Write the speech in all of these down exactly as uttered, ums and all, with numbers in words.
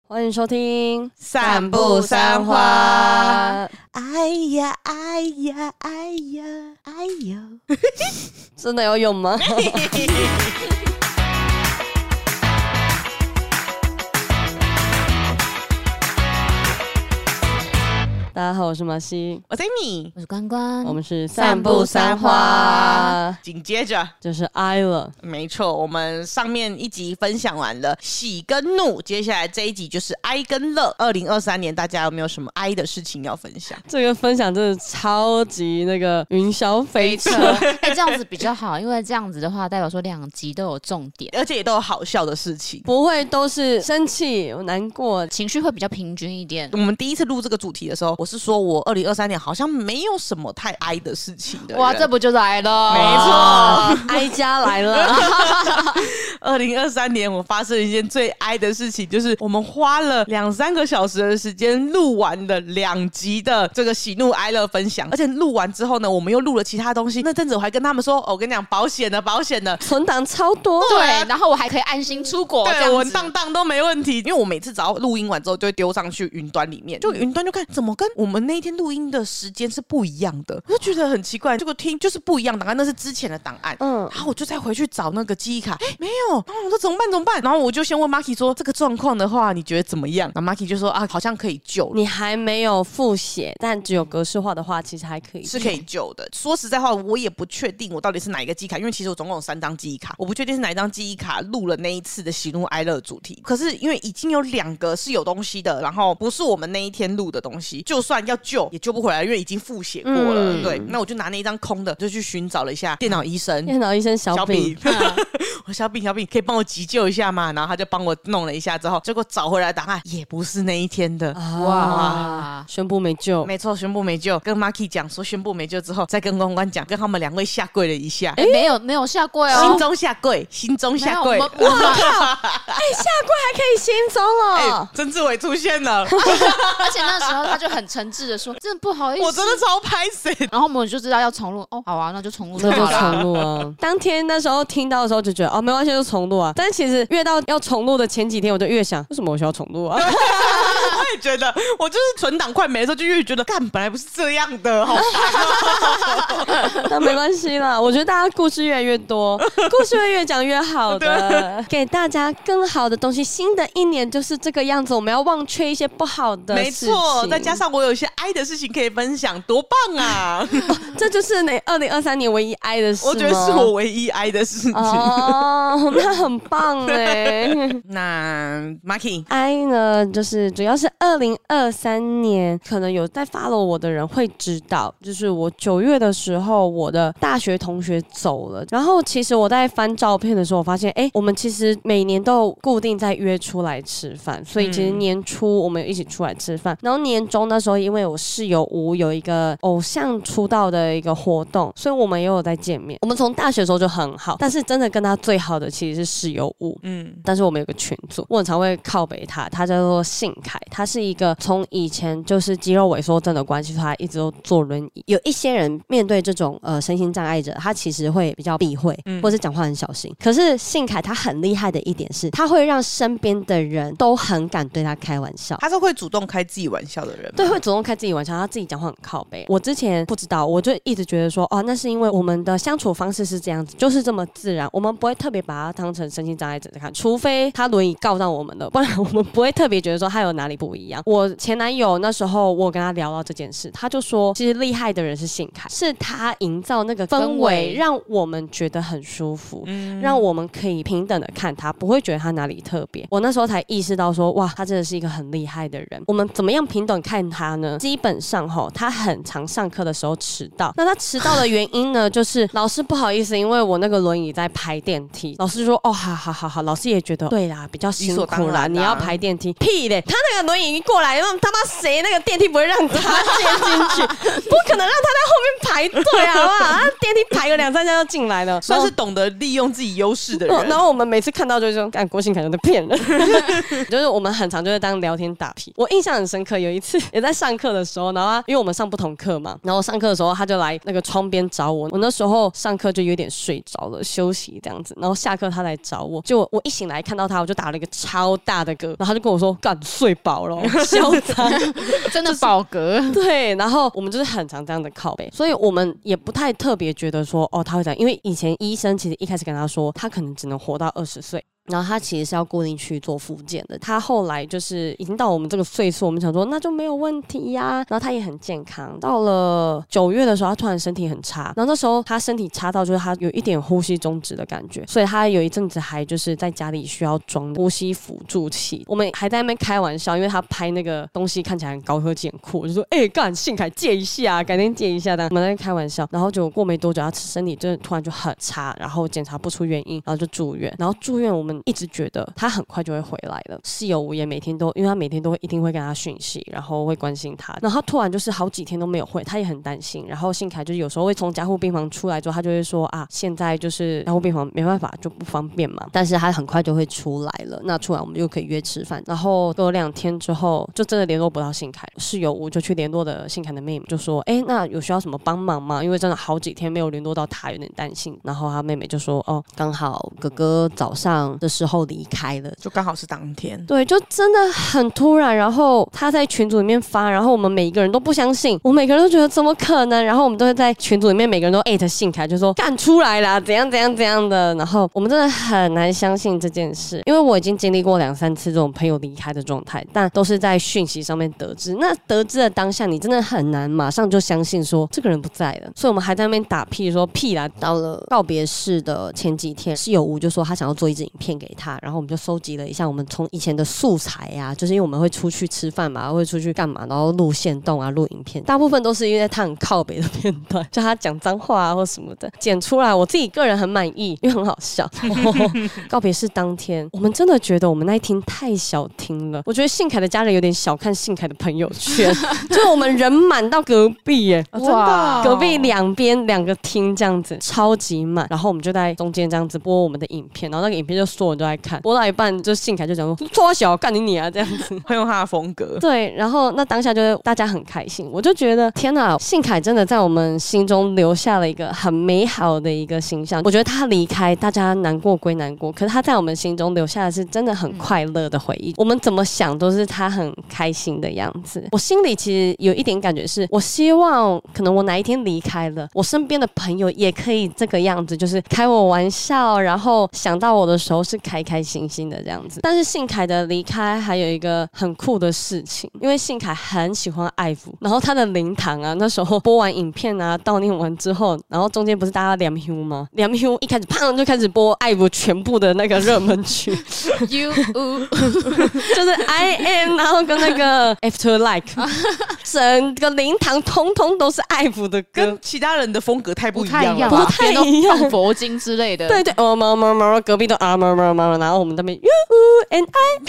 欢迎收听散步三花。 哎呀哎呀哎呀哎呦，真的有用吗？大家好，我是马西， 我是 Amy， 我是关关， 我们是散步三花。 紧接着就是哀了， 没错，我们上面一集分享完了喜跟怒，接下来这一集就是哀跟乐。二零二三年大家有没有什么哀的事情要分享？ 这个分享真的超级那个云霄飞车， 哎、这样子比较好，因为这样子的话，代表说两集都有重点， 而且也都有好笑的事情， 不会都是生气、难过， 情绪会比较平均一点。 我们第一次录这个主题的时候，我是说我二零二三年好像没有什么太哀的事情的人。 哇，这不就来了？ 没错， 哀家来了。 二零二三年我发生一件最哀的事情，就是我们花了两三个小时的时间录完了两集的这个喜怒哀乐分享，而且录完之后呢，我们又录了其他东西。那阵子我还跟他们说，哦、我跟你讲，保险的保险的存档超多， 对，然后我还可以安心出国， 对，文档档都没问题。因为我每次只要录音完之后，就会丢上去云端里面，就云端就看怎么跟我们那一天录音的时间是不一样的，我就觉得很奇怪。结果听就是不一样档案，那是之前的档案，嗯，然后我就再回去找那个记忆卡，哎，没有，然后我说怎么办怎么办？然后我就先问 Marky 说这个状况的话，你觉得怎么样？然后 Marky 就说啊，好像可以救。 你还没有复写，但只有格式化的话，其实还可以， 是可以救的。说实在话，我也不确定我到底是哪一个记忆卡，因为其实我总共有三张记忆卡，我不确定是哪一张记忆卡录了那一次的喜怒哀乐主题。可是因为已经有两个是有东西的，然后不是我们那一天录的东西，就算要救也救不回来，因为已经复写过了。嗯、对，那我就拿那一张空的，就去寻找了一下电脑医生。 电脑医生小饼， 小饼我小饼小饼可以帮我急救一下吗？然后他就帮我弄了一下之后，结果找回来档案也不是那一天的。 啊、哇，宣布没救。 没错，宣布没救。跟 Marky 讲说宣布没救之后，再跟关关讲，跟他们两位下跪了一下。 哎、欸，没有没有下跪哦， 心中下跪，心中下跪。哇靠！ 哎、欸，下跪还可以心中哦。 欸、曾志伟出现了， 而且那时候他就很诚挚的说：“真的不好意思， 我真的超拍谁。” 然后我们就知道要重录，哦，好啊，那就重录， 那就重录啊。当天那时候听到的时候就觉得哦，没关系，就重录啊。但其实越到要重录的前几天，我就越想，为什么我需要重录啊？ 我也觉得，我就是存档快没的时候，就越觉得干本来不是这样的，好烦。 那没关系啦，我觉得大家故事越来越多，故事会越讲越好的，给大家更好的东西。新的一年就是这个样子，我们要忘却一些不好的事情。 没错，再加上我有一些哀的事情可以分享，多棒啊！ 哦、这就是你二零二三年唯一哀的事吗？ 我觉得是我唯一哀的事情。 哦，那很棒哎。 那 Marky 哀呢，就是主要是二零二三年，可能有在 follow 我的人会知道，就是我九月的时候，我的大学同学走了。然后其实我在翻照片的时候，我发现，哎，我们其实每年都有固定在约出来吃饭，所以其实年初我们有一起出来吃饭。嗯、然后年中那时候，因为我室友吴有一个偶像出道的一个活动，所以我们也有在见面。我们从大学的时候就很好，但是真的跟他最好的其实是室友吴。嗯，但是我们有个群组，我很常会靠北他，他叫做信凯，他是一个从以前就是肌肉萎缩症的关系，他一直都坐轮椅。有一些人面对这种呃身心障碍者，他其实会比较避讳，嗯、或是讲话很小心。可是信凯他很厉害的一点是，他会让身边的人都很敢对他开玩笑。 他是会主动开自己玩笑的人， 对，会主动开自己玩笑，他自己讲话很靠北。我之前不知道，我就一直觉得说，哦，那是因为我们的相处方式是这样子，就是这么自然，我们不会特别把他当成身心障碍者在看，除非他轮椅告到我们的，不然我们不会特别觉得说他有哪里不一样。我前男友那时候我跟他聊到这件事，他就说其实厉害的人是信凯，是他营造那个氛围让我们觉得很舒服，嗯、让我们可以平等的看他，不会觉得他哪里特别。我那时候才意识到说，哇，他真的是一个很厉害的人。我们怎么样平等看他呢？基本上齁，他很常上课的时候迟到。那他迟到的原因呢，就是老师不好意思，因为我那个轮椅在排电梯，老师说哦，好好好好，老师也觉得对啦，比较辛苦啦，你要排电梯，屁嘞，他那个轮椅影一过来，那他妈谁那个电梯不会让他接进去？不可能让他在后面排队，好不好？他电梯排个两三下就进来了， 算是懂得利用自己优势的人。 然后我们每次看到就说，干郭信凯就在骗人，就是我们很常就在当聊天打屁。我印象很深刻，有一次也在上课的时候，然后他因为我们上不同课嘛，然后上课的时候他就来那个窗边找我。我那时候上课就有点睡着了，休息这样子，然后下课他来找我，就我一醒来看到他，我就打了一个超大的嗝，然后他就跟我说：“干，睡饱了，嚣张， 真的饱嗝。” 对，然后我们就是很常这样的靠北，所以我们也不太特别觉得说哦他会这样，因为以前医生其实一开始跟他说，他可能只能活到二十岁。然后他其实是要固定去做复健的，他后来就是已经到我们这个岁数，我们想说那就没有问题呀、啊。然后他也很健康，到了九月的时候，他突然身体很差，然后那时候他身体差到就是他有一点呼吸中止的感觉，所以他有一阵子还就是在家里需要装呼吸辅助器。我们还在那边开玩笑，因为他拍那个东西看起来很高科技很酷，我就说哎干、欸、信凯借一下，改天借一下的。我们在开玩笑，然后就过没多久，他身体真的突然就很差，然后检查不出原因，然后就住院。然后住院我们一直觉得他很快就会回来了，室友也每天都，因为他每天都会一定会跟他讯息，然后会关心他，然后他突然就是好几天都没有回，他也很担心。然后信凯就是有时候会从加护病房出来之后，他就会说啊，现在就是加护病房没办法就不方便嘛，但是他很快就会出来了。那出来我们就可以约吃饭。然后过两天之后，就真的联络不到信凯，室友我就去联络的信凯的妹妹，就说哎，那有需要什么帮忙吗？因为真的好几天没有联络到他，有点担心。然后他妹妹就说哦，刚好哥哥早上的时候离开。 就刚好是当天， 对，就真的很突然。然后他在群组里面发，然后我们每一个人都不相信，我每个人都觉得怎么可能？然后我们都会在群组里面每个人都艾特信凯，就说干出来啦，怎样怎样怎样的。然后我们真的很难相信这件事，因为我已经经历过两三次这种朋友离开的状态，但都是在讯息上面得知。那得知的当下，你真的很难马上就相信说这个人不在了，所以我们还在那边打屁说屁啦。到了告别式的前几天，室友吴就说他想要做一支影片给他，然后我们就收集了一下我们从以前的素材啊，就是因为我们会出去吃饭嘛，会出去干嘛，然后录限动啊，录影片，大部分都是因为他很靠北的片段，就他讲脏话啊或什么的，剪出来我自己个人很满意，因为很好笑。告别式当天，我们真的觉得我们那一厅太小厅了，我觉得信凯的家人有点小看信凯的朋友圈，就是我们人满到隔壁耶， 哦、真的、哦， 隔壁两边两个厅这样子超级满，然后我们就在中间这样子播我们的影片，然后那个影片就所有人都在看，播到一半就信凯就讲说抓小干你你啊这样子， 会用他的风格。 对，然后那当下就是大家很开心，我就觉得天哪，信凯真的在我们心中留下了一个很美好的一个形象。我觉得他离开，大家难过归难过，可是他在我们心中留下的是真的很快乐的回忆。嗯、我们怎么想都是他很开心的样子。我心里其实有一点感觉是，我希望可能我哪一天离开了，我身边的朋友也可以这个样子，就是开我玩笑，然后想到我的时候是开开心心的这样子。但是信凯的离开还有一个很酷的事情，因为信凯很喜欢爱抚，然后他的灵堂啊，那时候播完影片啊，悼念完之后，然后中间不是大家凉休吗？凉休一开始砰就开始播爱抚全部的那个热门曲，You 就是 I am， 然后跟那个 After Like， 整个灵堂通通都是爱抚的歌， 跟其他人的风格太不一样了， 不太一样，放佛经之类的， 对对，哦嘛嘛嘛，隔壁都啊嘛嘛嘛，然后我们那边 You and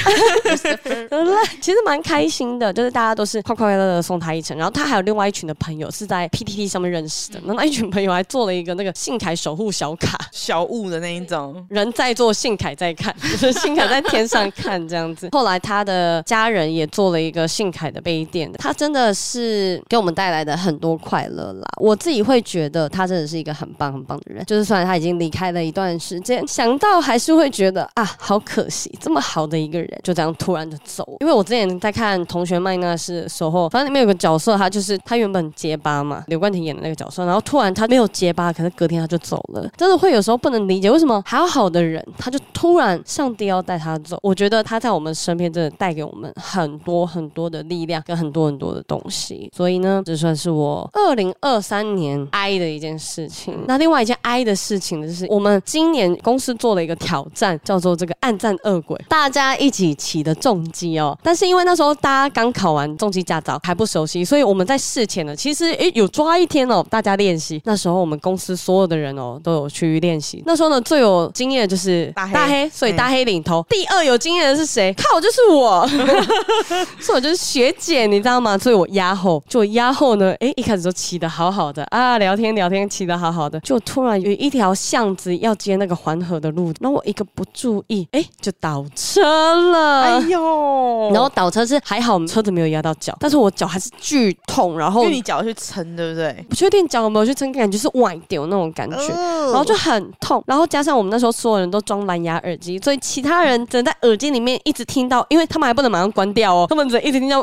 I， 其实蛮开心的，就是大家都是快快乐乐的送他一程，然后他还有另外一群的朋友是在 P T T 上面认识的，然后那一群朋友还做了一个那个信凯守护小卡， 小物的那一种， 人在做，信凯在看，就是信凯在天上看这样子。后来他的家人也做了一个信凯的杯垫，他真的是给我们带来的很多快乐啦。我自己会觉得他真的是一个很棒很棒的人，就是虽然他已经离开了一段时间，想到还是会觉得啊，好可惜，这么好的一个人就这样突然就走。因为我之前在看《同学麦娜丝》的时候，反正里面有个角色，他就是他原本结巴嘛，刘冠廷演的那个角色，然后突然他没有结巴，可是隔天他就走了，真的会有时候不能理解为什么好好的人他就突然上帝要带他走。我觉得他在我们身边真的带给我们很多很多的力量跟很多很多的东西，所以呢，这算是我二零二三年哀的一件事情。那另外一件哀的事情就是我们今年公司做了一个挑战， 战，叫做这个暗战恶鬼，大家一起骑的重机哦。但是因为那时候大家刚考完重机驾照还不熟悉，所以我们在事前呢，其实诶有抓一天哦，大家练习。那时候我们公司所有的人哦都有去练习。那时候呢最有经验的就是大黑，大黑所以大黑领头。第二有经验的是谁？靠，就是我，所以我就是学姐，你知道吗？所以我压后，就我压后呢，诶一开始都骑得好好的啊，聊天聊天骑得好好的，就突然有一条巷子要接那个环河的路，然后我一个不注意，诶就倒车了。 哎呦， 然后倒车是还好车子没有压到脚，但是我脚还是剧痛，然后因为你脚去撑，对不对？ 不确定脚有没有去撑，感觉是崴掉那种感觉， 哦、 然后就很痛，然后加上我们那时候所有人都装蓝牙耳机，所以其他人只能在耳机里面一直听到，因为他们还不能马上关掉哦，他们只能一直听到。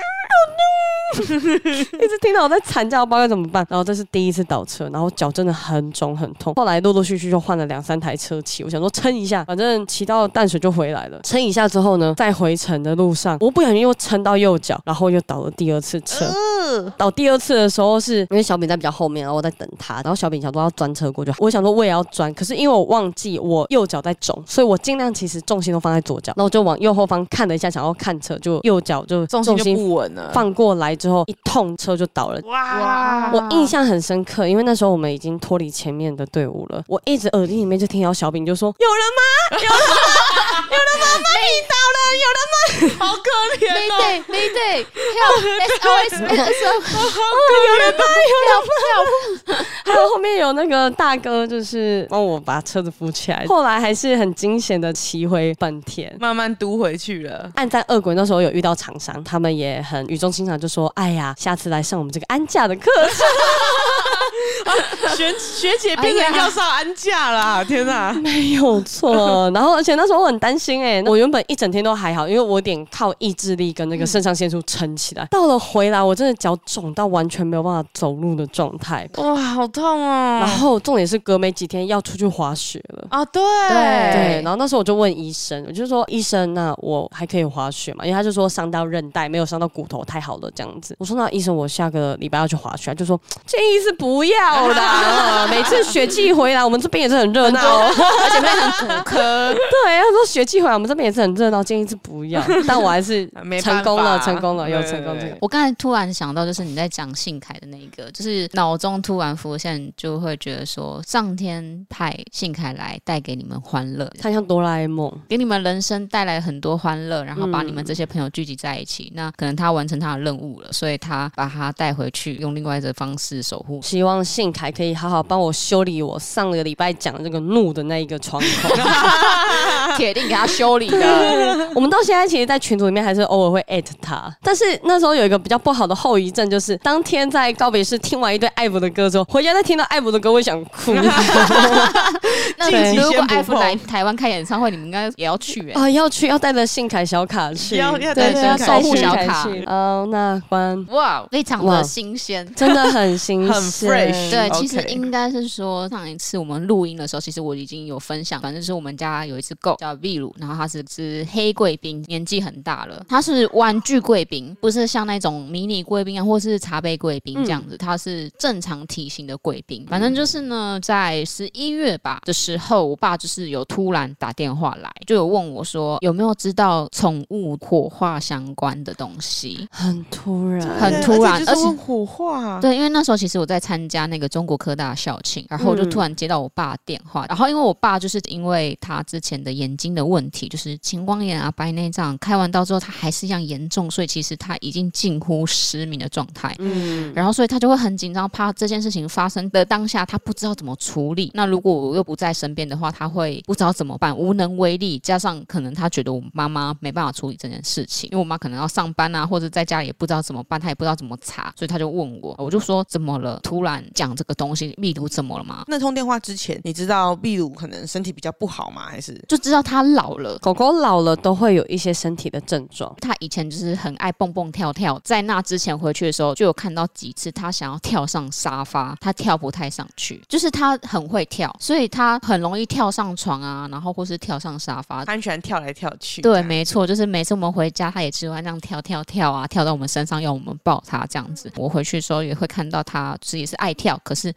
一直听到我在惨叫，我不知道该怎么办。然后这是第一次倒车，然后脚真的很肿很痛。后来陆陆续续就换了两三台车骑，我想说撑一下，反正骑到淡水就回来了。撑一下之后呢，在回程的路上，我不小心又撑到右脚，然后又倒了第二次车。呃、倒第二次的时候是因为小饼在比较后面，然后我在等他，然后小饼想说要钻车过去，我想说我也要钻，可是因为我忘记我右脚在肿，所以我尽量其实重心都放在左脚，然后我就往右后方看了一下，想要看车，就右脚就重心就不稳了， 放过来之后一痛车就倒了。哇！我印象很深刻，因为那时候我们已经脱离前面的队伍了，我一直耳机里面就听到小饼就说：“有人吗？有人吗？有人吗？妈咪倒了，有人吗？” 好可怜哦 ！Mayday Mayday Help S O S S O S 有人吗？有人吗？还有后面有那个大哥，就是帮我把车子扶起来，后来还是很惊险的骑回本田， 慢慢嘟回去了。 暗战恶鬼那时候有遇到厂商，他们也很语重心长，就说：“哎呀，下次来上我们这个安驾的课程。” 啊、学学姐变成要上安驾啦！哎、天哪， 没有错。然后而且那时候我很担心哎、欸，我原本一整天都还好，因为我有点靠意志力跟那个肾上腺素撑起来。嗯、到了回来，我真的脚肿到完全没有办法走路的状态。 哇，好痛哦！ 然后重点是隔没几天要出去滑雪了啊，对对。然后那时候我就问医生，我就说医生，那我还可以滑雪吗？因为他就说伤到韧带，没有伤到骨头，太好了这样子。我说那医生，我下个礼拜要去滑雪，他就说建议是不要啦。每次雪季回来，我们这边也是很热闹， 而且变成骨科。 对，他说雪季回来，我们这边也是很热闹，建议是不要。但我还是成功了，成功了，有成功这个。 我刚才突然想到，就是你在讲信凯的那个，就是脑中突然浮现，就会觉得说，上天派信凯来带给你们欢乐， 他像哆啦 A 梦， 给你们人生带来很多欢乐，然后把你们这些朋友聚集在一起。嗯、那可能他完成他的任务了，所以他把他带回去，用另外一种方式守护。 希望信凯可以好好帮我修理我上个礼拜讲的这个怒的那一个窗口， 铁定给他修理的。 我们到现在其实，在群组里面还是偶尔会艾特他，但是那时候有一个比较不好的后遗症，就是当天在告别式听完一堆艾弗的歌之后，回家再听到艾弗的歌，我会想哭。 那如果艾弗来台湾开演唱会，你们应该也要去哎、欸、 啊，要去，要带着信凯小卡去， 要要对对，要守护小卡。 哦，那关哇，非常的新鲜， 真的很新鲜， 很 fresh。 对， okay. 其实应该是说上一次我们录音的时候，其实我已经有分享，反正就是我们家有一只狗叫秘鲁，然后它是只黑贵宾，年纪很大了，它是玩具贵宾，不是像那种迷你贵宾啊，或是茶杯贵宾这样子，它是正常体型的贵宾。反正就是呢，在十一月吧的时候，我爸就是有突然打电话来，就有问我说有没有知道宠物火化相关的东西。 很突然， 很突然， 而且火化。 对，因为那时候其实我在参加那个中国科大校庆，然后我就突然接到我爸的电话，嗯、然后因为我爸就是因为他之前的眼睛的问题，就是青光眼啊、白内障，开完刀之后他还是一样严重，所以其实他已经近乎失明的状态。嗯，然后所以他就会很紧张，怕这件事情发生的当下他不知道怎么处理。那如果我又不在身边的话，他会不知道怎么办，无能为力。加上可能他觉得我妈妈没办法处理这件事情，因为我妈可能要上班啊，或者在家里也不知道怎么办，他也不知道怎么查，所以他就问我，我就说怎么了？突然讲这个东西，秘鲁怎么了吗？ 那通电话之前，你知道秘鲁可能身体比较不好吗？还是就知道他老了？ 狗狗老了都会有一些身体的症状。 他以前就是很爱蹦蹦跳跳，在那之前回去的时候，就有看到几次他想要跳上沙发，他跳不太上去，就是他很会跳，所以他很容易跳上床啊，然后或是跳上沙发， 他很喜欢跳来跳去。 对，没错，就是每次我们回家，他也喜欢这样跳跳跳啊，跳到我们身上要我们抱他这样子。我回去的时候也会看到他，就是也是爱跳，可是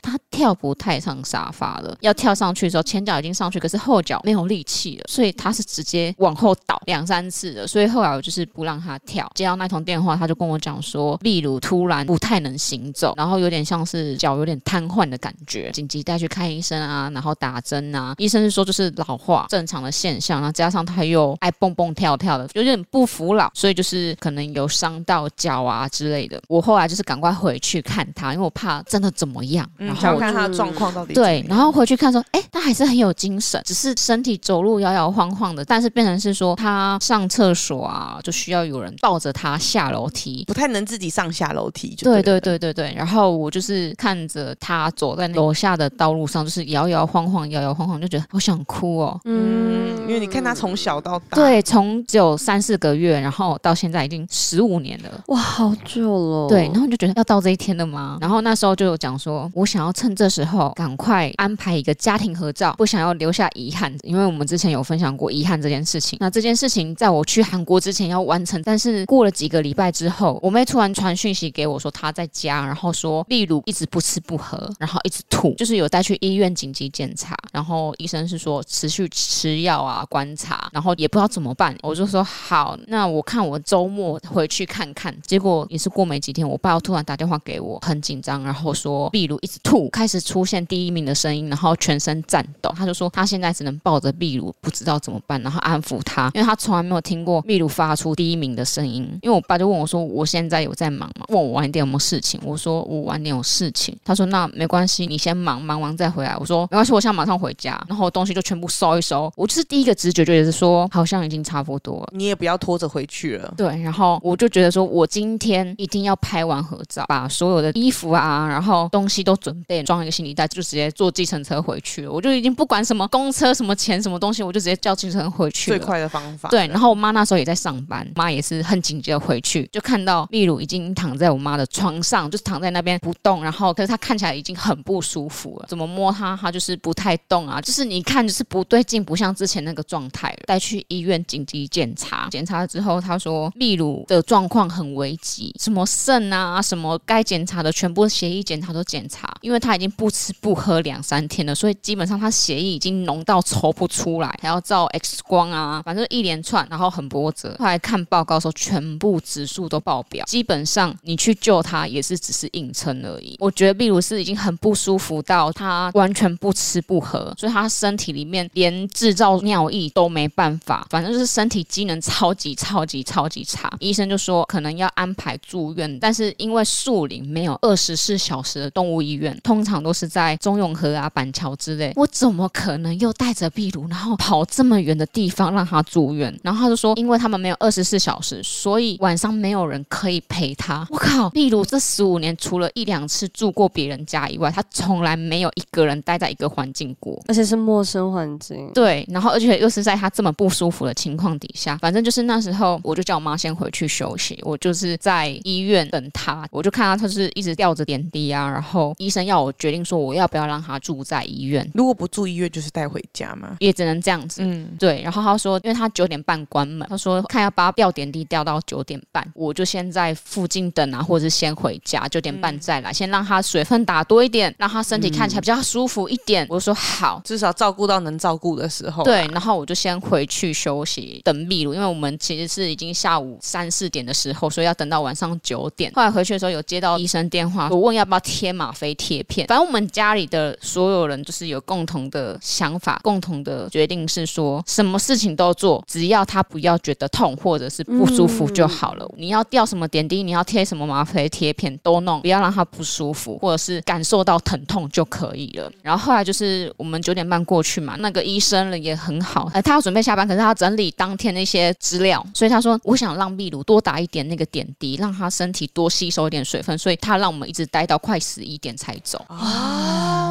他跳不太上沙发了，要跳上去的时候前脚已经上去，可是后脚没有力气了，所以他是直接往后倒两三次了，所以后来我就是不让他跳。接到那通电话他就跟我讲说例如突然不太能行走，然后有点像是脚有点瘫痪的感觉，紧急带去看医生啊，然后打针啊，医生是说就是老化正常的现象，然后加上他又爱蹦蹦跳跳的，有点不服老，所以就是可能有伤到脚啊之类的。我后来就是赶快回去看他，因为我怕真的怎么样， 嗯、 然后想看他的状况到底怎么样。 对，然后回去看说哎，他还是很有精神，只是身体走路摇摇晃晃的，但是变成是说他上厕所啊就需要有人抱着他下楼梯， 不太能自己上下楼梯就对对对对对对，然后我就是看着他走在楼下的道路上，就是摇摇晃晃摇摇晃晃，就觉得好想哭哦。 嗯，因为你看他从小到大， 对，从只有三四个月，然后到现在已经十五年了， 哇，好久了。 对，然后就觉得要到这一天了吗？然后那时候就有讲说，我想要趁这时候赶快安排一个家庭合照，不想要留下遗憾，因为我们之前有分享过遗憾这件事情。那这件事情在我去韩国之前要完成，但是过了几个礼拜之后，我妹突然传讯息给我说她在家，然后说例如一直不吃不喝，然后一直吐，就是有带去医院紧急检查，然后医生是说持续吃药啊观察，然后也不知道怎么办。我就说好，那我看我周末回去看看。结果也是过没几天，我爸突然打电话给我，很紧张，然后说例如一直吐，开始出现第一名的声音，然后全身颤抖。他就说他现在只能抱着秘鲁，不知道怎么办，然后安抚他，因为他从来没有听过秘鲁发出第一名的声音。因为我爸就问我说我现在有在忙吗？问我晚点有没有事情，我说我晚点有事情。他说那没关系，你先忙，忙完再回来。我说没关系，我现在马上回家，然后东西就全部收一收。我就是第一个直觉就是说好像已经差不多了， 你也不要拖着回去了。 对，然后我就觉得说我今天一定要拍完合照，把所有的衣服啊然后东西都准备装一个行李袋，就直接坐计程车回去了。我就已经不管什么公车什么钱什么东西，我就直接叫计程车回去了， 最快的方法。 对，然后我妈那时候也在上班，妈也是很紧急的回去，就看到秘鲁已经躺在我妈的床上，就是躺在那边不动，然后可是她看起来已经很不舒服了，怎么摸她她就是不太动啊，就是你看就是不对劲，不像之前那个状态了。带去医院紧急检查，检查之后她说秘鲁的状况很危急，什么肾啊什么该检查的全部血液检查都检查，因为她已经不吃不喝两三天了，所以基本上她血液已经浓到抽不出来，还要照 X 光啊，反正一连串，然后很波折。后来看报告的时候全部指数都爆表，基本上你去救她也是只是硬撑而已。我觉得秘鲁是已经很不舒服到她完全不吃不喝，所以她身体里面连制造尿液都没办法，反正就是身体机能超级超级超级差。医生就说可能要安排住院，但是因为树林没有二十四小时的动物医院，通常都是在中永和啊板桥之类，我怎么可能又带着秘鲁然后跑这么远的地方让他住院？然后他就说因为他们没有二十四小时，所以晚上没有人可以陪他。我靠，秘鲁这十五年除了一两次住过别人家以外，他从来没有一个人待在一个环境过， 而且是陌生环境。 对，然后而且又是在他这么不舒服的情况底下，反正就是那时候我就叫我妈先回去休息，我就是在医院等他，我就看到他就是一直吊着点滴啊，然后医生要我决定说我要不要让他住在医院， 如果不住医院就是带回家嘛， 也只能这样子。嗯，对，然后他说因为他九点半关门，他说看要把他吊点滴吊到九点半，我就先在附近等啊，或者是先回家九点半再来、嗯、先让他水分打多一点，让他身体看起来比较舒服一点、嗯、我就说好， 至少照顾到能照顾的时候、啊、 对，然后我就先回去休息等秘鲁，因为我们其实是已经下午三四点的时候，所以要等到晚上九点。后来回去的时候有接到医生电话，我问要不要贴吗啡贴片，反正我们家里的所有人就是有共同的想法，共同的决定是说什么事情都做，只要他不要觉得痛或者是不舒服就好了、嗯、你要吊什么点滴，你要贴什么吗啡贴片都弄，不要让他不舒服或者是感受到疼痛就可以了。然后后来就是我们九点半过去嘛，那个医生人也很好、呃、他要准备下班，可是他要整理当天那些资料，所以他说我想让秘鲁多打一点那个点滴，让他身体多吸收一点水分，所以他让我们一直待到快十一点才走。 哦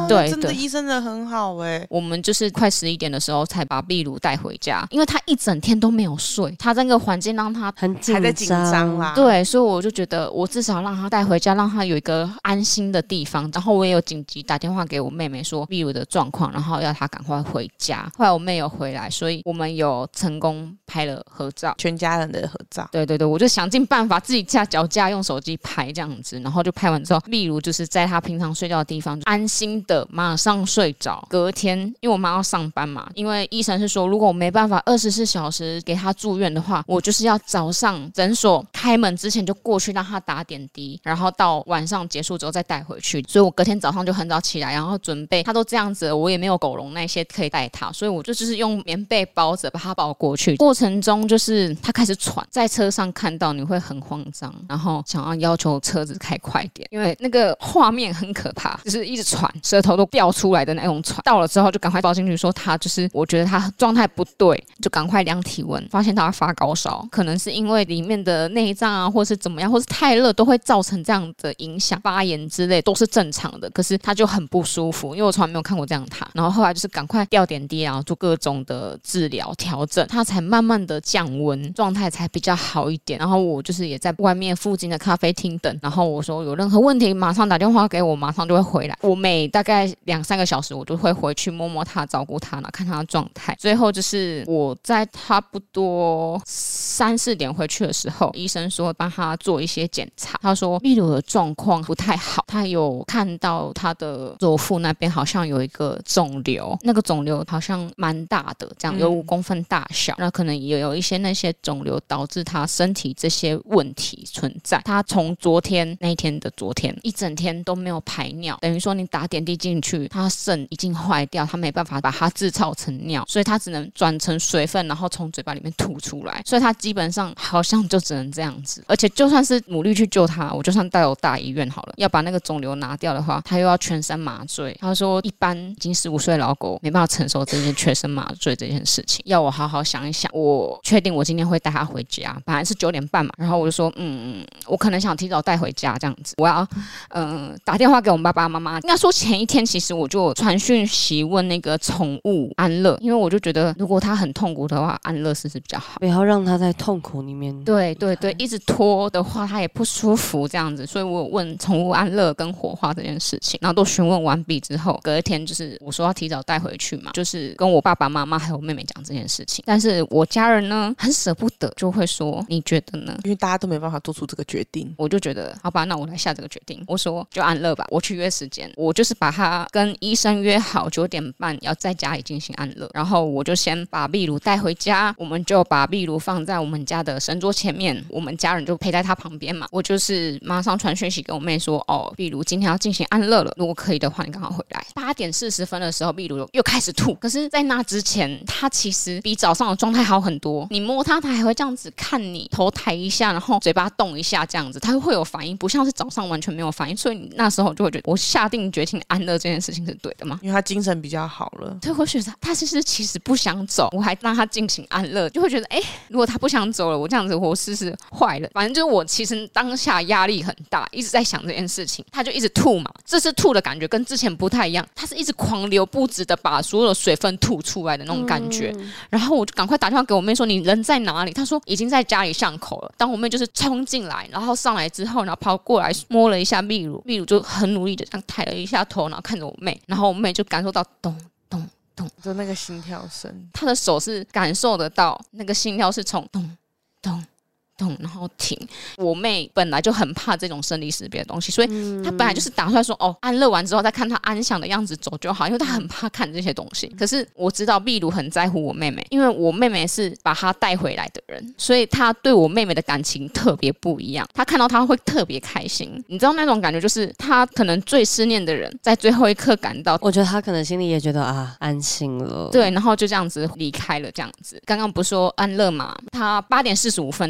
哦， 对真的对医生人很好哎。 我们就是快十一点的时候才把秘鲁带回家，因为他一整天都没有睡，他在那个环境让他很紧张， 还在紧张啦。 对，所以我就觉得我至少让他带回家，让他有一个安心的地方。然后我也有紧急打电话给我妹妹说秘鲁的状况，然后要她赶快回家。后来我妹有回来，所以我们有成功拍了合照， 全家人的合照。 对对对，我就想尽办法自己架脚架用手机拍这样子，然后就拍完之后，例如就是在他平常睡觉的地方，就安心的马上睡着。隔天，因为我妈要上班嘛，因为医生是说，如果我没办法二十四小时给他住院的话，我就是要早上诊所开门之前就过去让他打点滴，然后到晚上结束之后再带回去。所以我隔天早上就很早起来，然后准备，他都这样子了，我也没有狗笼那些可以带他，所以我就就是用棉被包着把他抱过去。过程中就是他开始喘，在车上看到你会很慌张，然后想要要求车子开快点，因为那个画面很可怕，就是一直喘，舌头都掉出来的那种喘。到了之后就赶快抱进去，说他就是我觉得他状态不对，就赶快量体温，发现他发高烧，可能是因为里面的内脏啊，或是怎么样，或是太热都会造成这样的影响，发炎之类都是正常的。可是他就很不舒服，因为我从来没有看过这样他。然后后来就是赶快吊点滴啊，做各种的治疗调整，他才慢慢的降温，状态才比较好一点。然后我就是也在外面附近的咖啡厅等，然后我说有任何问题马上打电话给我，马上就会回来。我每大概两三个小时我就会回去摸摸他，照顾他，看他的状态。最后就是我在差不多三四点回去的时候，医生说帮他做一些检查，他说秘鲁的状况不太好，他有看到他的左腹那边好像有一个肿瘤，那个肿瘤好像蛮大的，这样有五公分大小，那、嗯、可能也有一些那些肿瘤导致他身体这些问题存在。他从昨天那一天的昨天一整天都没有排尿，等于说你打点滴进去，他肾已经坏掉，他没办法把它制造成尿，所以他只能转成水分，然后从嘴巴里面吐出来，所以他基本上好像就只能这样子。而且就算是努力去救他，我就算带我大医院好了，要把那个肿瘤拿掉的话，他又要全身麻醉。他说一般已经十五岁的老狗没办法承受这件全身麻醉这件事情，要我好好想一想。我确定我今天会带他回家，本来是九点半嘛，然后我就说嗯，我可能想提早带回家这样子，我要嗯、呃、打电话给我们爸爸妈妈。应该说前一天其实我就传讯息问那个宠物安乐，因为我就觉得如果他很痛苦的话，安乐死是比较好， 不要让他在痛苦里面。 对对对，一直拖的话他也不舒服这样子，所以我有问宠物安乐跟火化这件事情，然后都询问完毕之后，隔一天就是我说要提早带回去嘛，就是跟我爸爸妈妈还有妹妹讲这件事情。但是我家人呢很舍不得，就会说你觉得呢？ 因为大家都没办法做出这个决定， 我就觉得好吧，那我来下这个决定。我说就安乐吧，我去约时间，我就是把他跟医生约好九点半要在家里进行安乐，然后我就先把秘鲁带回家，我们就把秘鲁放在我们家的神桌前面，我们家人就陪在他旁边嘛。我就是马上传讯息给我妹说，哦，秘鲁今天要进行安乐了，如果可以的话，你赶快回来。八点四十分的时候，秘鲁又开始吐，可是，在那之前，他其实比早上的状态好很多。你摸他，他还会这样子看你，头抬一下，然后嘴巴动一下，这样子，他会有反应，不像是早上完全没有反应。所以你那时候就会觉得，我下定决心安乐这件事情是对的吗？ 因为他精神比较好了。 对，我觉得他其实其实不想走，我还让他进行安乐，就会觉得，哎，如果他不想走了，我这样子我试试坏了。反正就是我其实当下压力很大，一直在想这件事情。他就一直吐嘛，这次吐的感觉跟之前不太一样，他是一直狂流不止的把所有的水分吐出来的那种感觉。嗯、然后我就赶快打电话给我妹说，你人在哪里？她说已经在家里巷口了。当我妹就是冲进来，然后上来之后，然后跑过来摸了一下秘鲁，秘鲁就很努力的这样抬了一下头，然后看着我妹，然后我妹就感受到咚咚咚， 就那个心跳声， 她的手是感受得到那个心跳是从咚咚动然后停。我妹本来就很怕这种生离死别的东西，所以她本来就是打算说哦，安乐完之后再看她安详的样子走就好，因为她很怕看这些东西。可是我知道秘鲁很在乎我妹妹，因为我妹妹是把她带回来的人，所以她对我妹妹的感情特别不一样。她看到她会特别开心，你知道那种感觉，就是她可能最思念的人在最后一刻感到， 我觉得她可能心里也觉得啊，安心了。 对，然后就这样子离开了。这样子刚刚不是说安乐嘛，她八点四十五分离开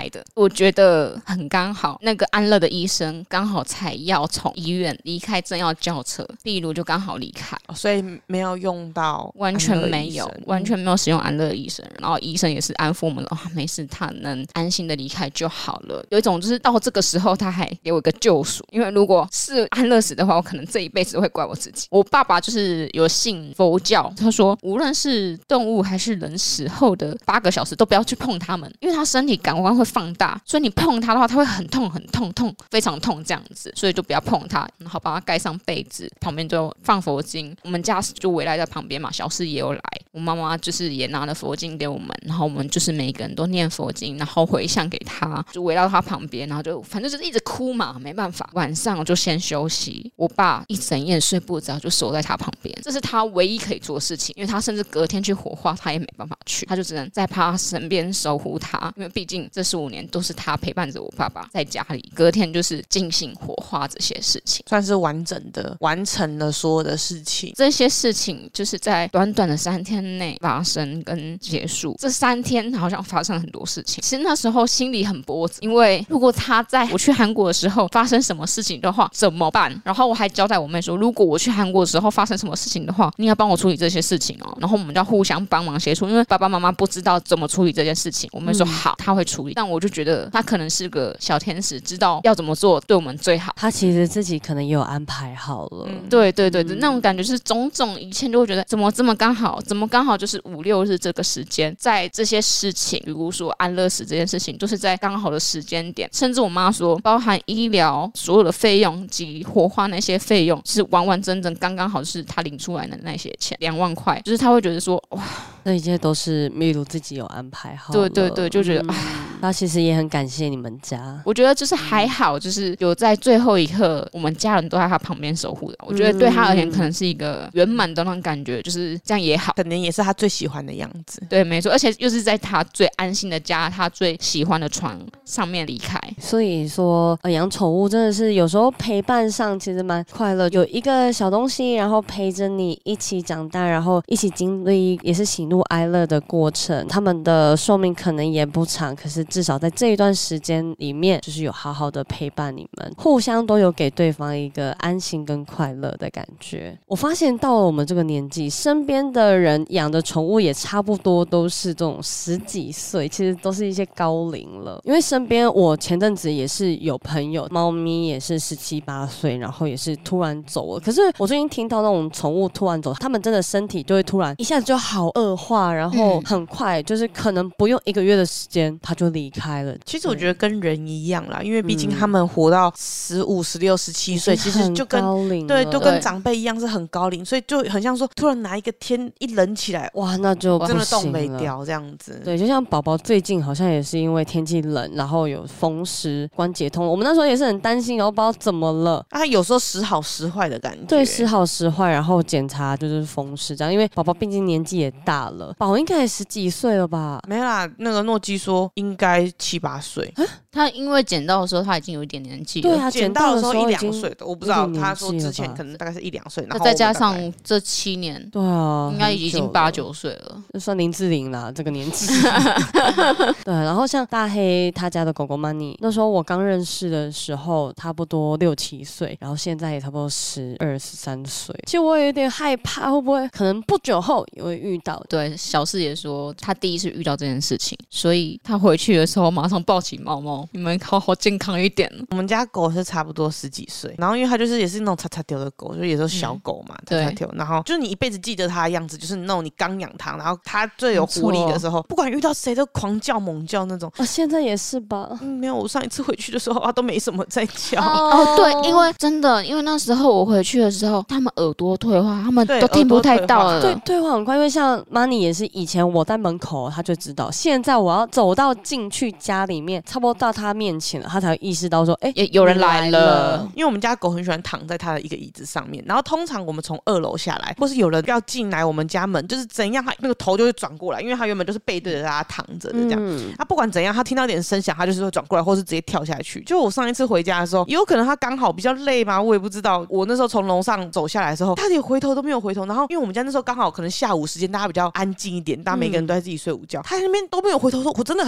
开的，我觉得很刚好。那个安乐的医生刚好才要从医院离开，正要叫车，壁炉就刚好离开， 哦，所以没有用到， 完全没有，完全没有使用安乐的医生。然后医生也是安抚我们了，哦，没事，他能安心的离开就好了。有一种就是到这个时候他还给我一个救赎，因为如果是安乐死的话，我可能这一辈子都会怪我自己。我爸爸就是有信佛教，他说无论是动物还是人死后的八个小时都不要去碰他们，因为他身体感官会放大，所以你碰他的话他会很痛很痛痛非常痛这样子，所以就不要碰他，然后把他盖上被子，旁边就放佛经，我们家就围赖在旁边嘛，小四也有来，我妈妈就是也拿了佛经给我们，然后我们就是每个人都念佛经，然后回向给他，就围绕他旁边，然后就反正就是一直哭嘛，没办法，晚上我就先休息，我爸一整夜睡不着，就守在他旁边，这是他唯一可以做的事情，因为他甚至隔天去火化他也没办法去，他就只能在他身边守护他，因为毕竟这十五年都是他陪伴着我爸爸在家里，隔天就是进行火化这些事情， 算是完整的完成了所有的事情。 这些事情就是在短短的三天内发生跟结束，这三天好像发生很多事情。其实那时候心里很波折，因为如果他在我去韩国的时候发生什么事情的话怎么办？然后我还交代我妹说，如果我去韩国的时候发生什么事情的话，你要帮我处理这些事情哦。然后我们就要互相帮忙协助，因为爸爸妈妈不知道怎么处理这件事情。我妹说好，他会处理。但我就觉得他可能是个小天使，知道要怎么做对我们最好。 他其实自己可能也有安排好了。 嗯、对对对对、嗯，那种感觉是种种一切都会觉得怎么这么刚好，怎么刚好就是五六日这个时间，在这些事情，比如说安乐死这件事情，就是在刚好的时间点。甚至我妈说，包含医疗所有的费用及火化那些费用，是完完整整刚刚好，是她领出来的那些钱，两万块，就是她会觉得说，哇， 这一切都是秘鲁自己有安排好了。 对对对，就觉得，嗯、 他其实也很感谢你们家。 我觉得就是还好，就是有在最后一刻，我们家人都在他旁边守护的。我觉得对他而言，可能是一个圆满的那种感觉，就是这样也好， 可能也是他最喜欢的样子。 对，没错，而且又是在他最安心的家，他最喜欢的床上面离开。 所以说，呃，养宠物真的是有时候陪伴上其实蛮快乐，有一个小东西，然后陪着你一起长大，然后一起经历也是喜怒哀乐的过程。他们的寿命可能也不长，可是至少在这一段时间里面，就是有好好的陪伴你们，互相都有给对方一个安心跟快乐的感觉。我发现到了我们这个年纪，身边的人养的宠物也差不多都是这种十几岁，其实都是一些高龄了。因为身边我前阵子也是有朋友，猫咪也是十七八岁，然后也是突然走了。可是我最近听到那种宠物突然走，他们真的身体就会突然一下子就好恶化，然后很快就是可能不用一个月的时间他就离开了。 其实我觉得跟人一样啦，因为毕竟他们活到十五、十六、十七岁，其实就跟高龄对，都跟长辈一样是很高龄，所以就很像说突然哪一个天一冷起来， 哇，那就真的冻没掉这样子。 对，就像宝宝最近好像也是因为天气冷，然后有风湿、关节痛，我们那时候也是很担心，然后不知道怎么了。 啊，有时候时好时坏的感觉。 对，时好时坏，然后检查就是风湿这样，因为宝宝毕竟年纪也大了，宝宝应该也十几岁了吧？ 没啦，那个诺基说应该七八岁。 他因为捡到的时候他已经有一点年纪了， 对啊， 捡到的时候一两岁的，我不知道。他说之前吧可能大概是一两岁，然后再加上这七年， 对啊， 应该已经八九岁了， 就算林志玲啦，这个年纪。对，然后像大黑他家的狗狗 Money， 那时候我刚认识的时候，差不多六七岁，然后现在也差不多十二十三岁。其实我有点害怕，会不会可能不久后也会遇到？ 对，小四也说他第一次遇到这件事情，所以他回去的时候马上抱起猫猫，你们好好健康一点。 我们家狗是差不多十几岁，然后因为它就是也是那种擦擦丢的狗，就有时候小狗嘛，擦擦丢，然后就是你一辈子记得它的样子，就是那种你刚养它，然后它最有活力的时候，不管遇到谁都狂叫猛叫那种。 哦，现在也是吧？ 嗯，没有，我上一次回去的时候它都没什么在叫。 哦，对，因为真的，因为那时候我回去的时候，他们耳朵退化，他们都听不太到了。 对，退化很快，因为像 Money 也是以前我在门口他就知道，现在我要走到进去家里面，差不多到他面前了，他才会意识到说，哎、欸， 有人来了。 因为我们家狗很喜欢躺在它的一个椅子上面，然后通常我们从二楼下来，或是有人要进来我们家门，就是怎样，它那个头就会转过来，因为它原本就是背对着大家躺着的这样。嗯，他不管怎样，他听到点声响，他就是会转过来，或是直接跳下去。就我上一次回家的时候，也有可能他刚好比较累嘛，我也不知道。我那时候从楼上走下来的时候，他连回头都没有回头。然后因为我们家那时候刚好可能下午时间，大家比较安静一点，大家每个人都在自己睡午觉，他那边都没有回头说，我真的很紧张。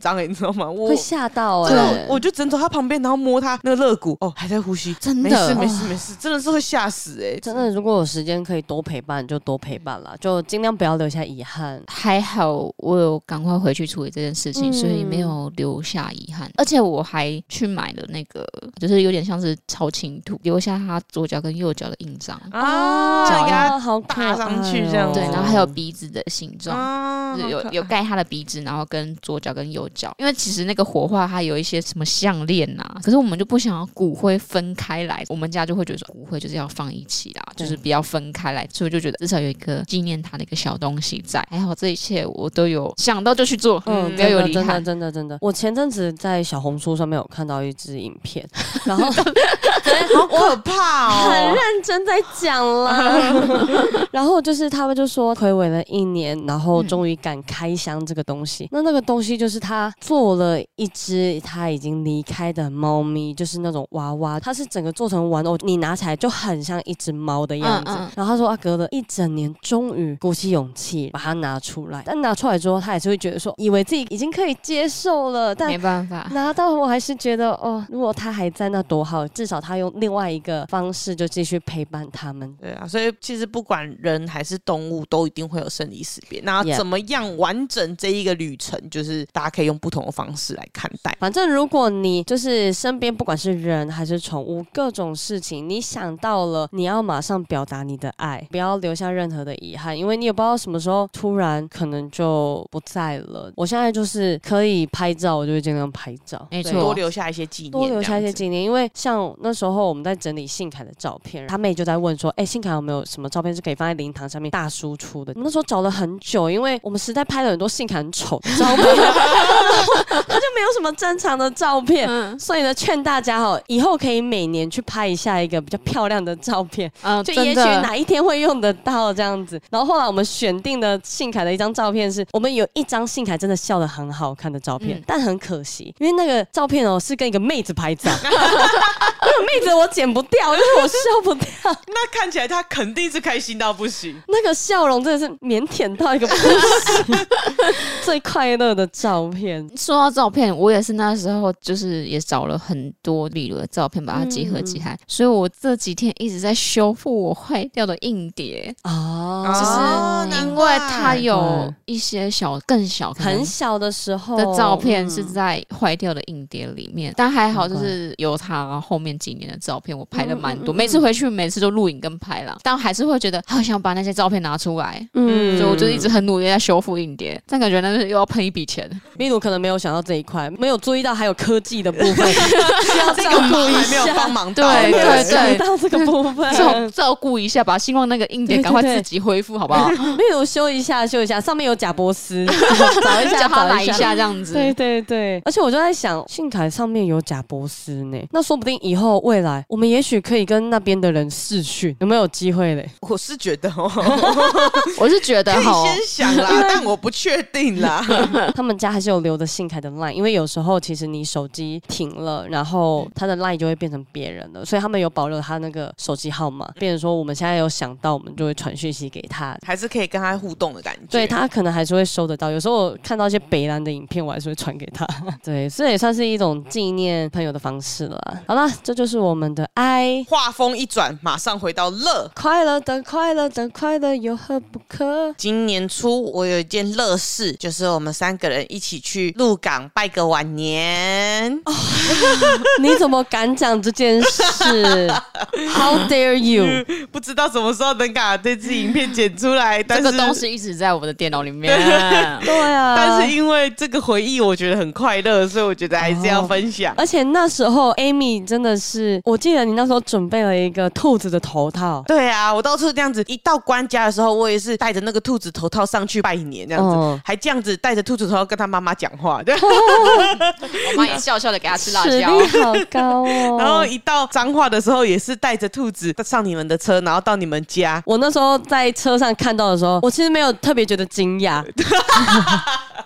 张哎、欸，你知道吗？我会吓到哎、 真的， 欸， 我就枕走他旁边，然后摸他那个肋骨，哦，还在呼吸， 真的没事没事没事，真的是会吓死哎、欸， 真的，如果有时间可以多陪伴，就多陪伴啦，就尽量不要留下遗憾。 还好我有赶快回去处理这件事情， 嗯所以没有留下遗憾。而且我还去买了那个，就是有点像是超轻图，留下他左脚跟右脚的印章， 啊， 脚给他好可爱搭上去这样对， 哦然后还有鼻子的形状。 啊就是有有盖他的鼻子，然后跟左脚跟右脚，因为其实那个火化它有一些什么项链呐，可是我们就不想要骨灰分开来，我们家就会觉得说骨灰就是要放一起啦，就是不要分开来，所以我就觉得至少有一个纪念他的一个小东西在。还好这一切我都有想到就去做，嗯，不要有遗真的憾。 真的真的，我前阵子在小红书上面有看到一支影片，然后好可怕哦， 很认真在讲啦。然后就是他们就说睽违了一年，然后终于敢开箱这个东西。那那个东西就是他做了一只他已经离开的猫咪，就是那种娃娃，它是整个做成玩偶，你拿起来就很像一只猫的样子。 嗯嗯然后他说他隔了一整年，终于鼓起勇气把它拿出来。但拿出来之后，他还是会觉得说，以为自己已经可以接受了，但没办法， 拿到我还是觉得哦，如果他还在那多好，至少他用另外一个方式就继续陪伴他们。 对啊，所以其实不管人还是动物，都一定会有生离死别。那 Yep 怎么样完整这一个旅程，就是大家可以用不同的方式来看待。 反正如果你就是身边不管是人还是宠物，各种事情你想到了，你要马上表达你的爱，不要留下任何的遗憾，因为你也不知道什么时候突然可能就不在了。我现在就是可以拍照，我就会尽量拍照，对没错多留下一些纪念， 多留下一些念。 纪念，因为像那时候我们在整理信凯的照片，他妹就在问说：“哎、信凯有没有什么照片是可以放在灵堂上面大输出的？”我们那时候找了很久，因为我们实在拍了很多信凯很丑的照片，他就没有什么正常的照片， 嗯所以呢，劝大家哦，以后可以每年去拍一下一个比较漂亮的照片， 嗯， 就也许真的哪一天会用得到这样子。然后后来我们选定的信凯的一张照片是，我们有一张信凯真的笑得很好看的照片， 嗯但很可惜，因为那个照片哦是跟一个妹子拍照，那个妹子我剪不掉，因为我笑不掉， 那看起来他肯定是开心到不行。 那个笑容真的是腼腆到一个不行，最快乐的照片。 说到照片，我也是那时候就是也找了很多例如的照片，把它结合起来，所以我这几天一直在修复我坏掉的硬碟， 哦， 就是因为它有一些小更小可能很小的时候的照片是在坏掉的硬碟里面，但还好就是有它后面几年的照片，我拍了蛮多，每次回去每次都录影跟拍了，但还是会觉得好想把那些照片拿出来， 嗯所以我就一直很努力在修复硬碟，但感觉那是又要喷一笔钱。 秘鲁可能没有想到这一块，没有注意到还有科技的部分，需要照顾一还没有下。 帮忙到， 对没有对想到这个部分， 照照顾一下吧，希望那个硬碟赶快自己恢复，好不好？ 秘鲁修一下，修一下，上面有贾博斯，找一下， 叫他来一找下这样子。 对对对，而且我就在想，信凯上面有贾博斯呢，那说不定以后未来我们也许可以跟那边的人视讯，有没有机会嘞？ 我是觉得哦， 我是觉得可以哈， 先想啦，但我不确定啦。 他们家还是有留着信凯的 line，因为有时候其实你手机停了，然后他的 line 就会变成别人了，所以他们有保留他那个手机号码，变成说我们现在有想到，我们就会传讯息给他。 还是可以跟他互动的感觉。 对他可能还是会收得到，有时候我看到一些北兰的影片，我还是会传给他。对，这也算是一种纪念朋友的方式了。好了，这就是我们的爱。 话锋一转，马上回到乐。 快乐的快乐的快乐有何不可？ 今年初我有一件乐事，就是我们三个人一起去鹿港拜个晚年。哦、 你怎么敢讲这件事 ？How dare you！ 不知道什么时候能把这支影片剪出来，但是这个东西一直在我的电脑里面。 对啊， 但是因为这个回忆，我觉得很快乐，所以我觉得还是要分享。 哦、而且那时候 Amy 真的是，我记得你那时候准备了一个兔子的头套。 对啊，我到处这样子，一到官家的时候，我也是戴着那个兔子头套上去拜年，这样子， 哦、 还这样子戴着兔子头套跟他妈妈讲话。 我妈也笑笑的给他吃辣椒， 实力好高哦。 然后一到彰化的时候，也是带着兔子上你们的车，然后到你们家。 我那时候在车上看到的时候，我其实没有特别觉得惊讶。